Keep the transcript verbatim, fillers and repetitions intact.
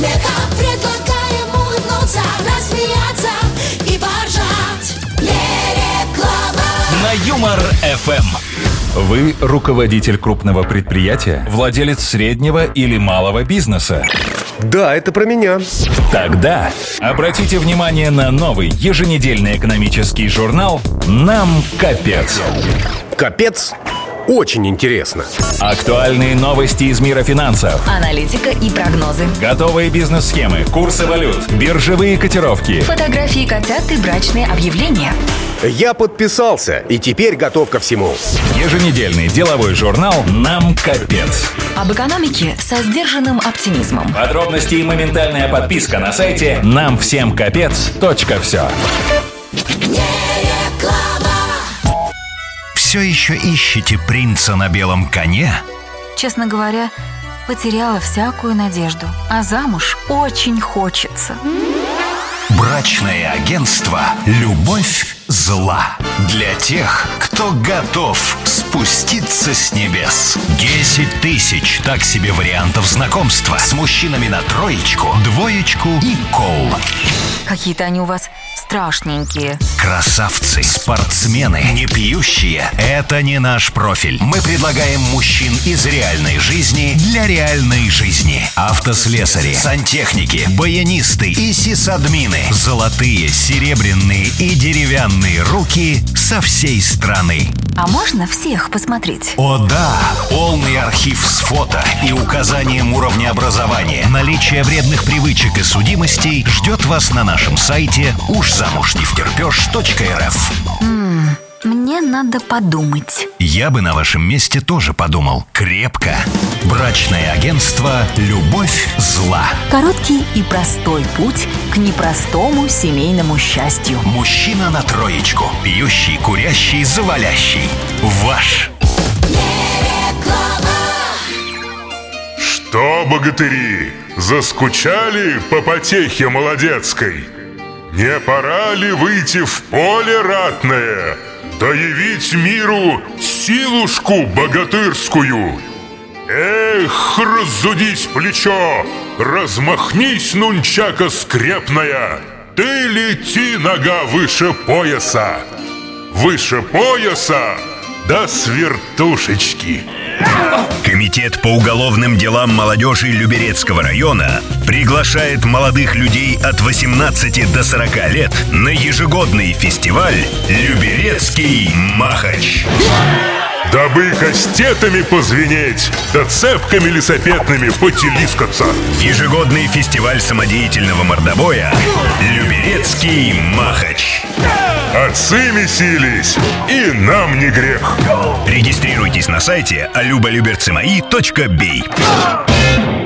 смехом предлагаем улыбнуться, рассмеяться и поржать. Не реклама. На Юмор эф эм. Вы руководитель крупного предприятия, владелец среднего или малого бизнеса? Да, это про меня. Тогда обратите внимание на новый еженедельный экономический журнал «Нам капец». Капец? Очень интересно. Актуальные новости из мира финансов, аналитика и прогнозы, готовые бизнес-схемы, курсы валют, биржевые котировки, фотографии котят и брачные объявления. Я подписался и теперь готов ко всему. Еженедельный деловой журнал «Нам капец». Об экономике со сдержанным оптимизмом. Подробности и моментальная подписка на сайте нам всем капец точка все. Все еще ищете принца на белом коне? Честно говоря, потеряла всякую надежду, а замуж очень хочется. Брачное агентство «Любовь зла». Для тех, кто готов спуститься с небес. Десять тысяч так себе вариантов знакомства с мужчинами на троечку, двоечку и кол. Какие-то они у вас страшненькие. Красавцы, спортсмены, не пьющие – это не наш профиль. Мы предлагаем мужчин из реальной жизни для реальной жизни. Автослесари, сантехники, баянисты и сисадмины. Золотые, серебряные и деревянные руки со всей страны. А можно всех посмотреть? О да! Полный архив с фото и указанием уровня образования, наличие вредных привычек и судимостей ждет вас на нашем сайте уж замуж не втерпешь точка эр эф. М-м, мне надо подумать. Я бы на вашем месте тоже подумал. Крепко. Брачное агентство «Любовь зла». Короткий и простой путь к непростому семейному счастью. Мужчина на троечку. Пьющий, курящий, завалящий. Ваш. Что, богатыри, заскучали по потехе молодецкой? Не пора ли выйти в поле ратное, да явить миру силушку богатырскую? Эх, разудись плечо, размахнись, нунчака скрепная, ты лети, нога, выше пояса, выше пояса до свертушечки. Комитет по уголовным делам молодежи Люберецкого района приглашает молодых людей от восемнадцати до сорока лет на ежегодный фестиваль «Люберецкий Махач». Дабы кастетами позвенеть, да цепками лесопетными потелискаться. Ежегодный фестиваль самодеятельного мордобоя «Люберецкий Махач». Отцы месились, и нам не грех. Регистрируйтесь на сайте алюболюберцемаи точка бей.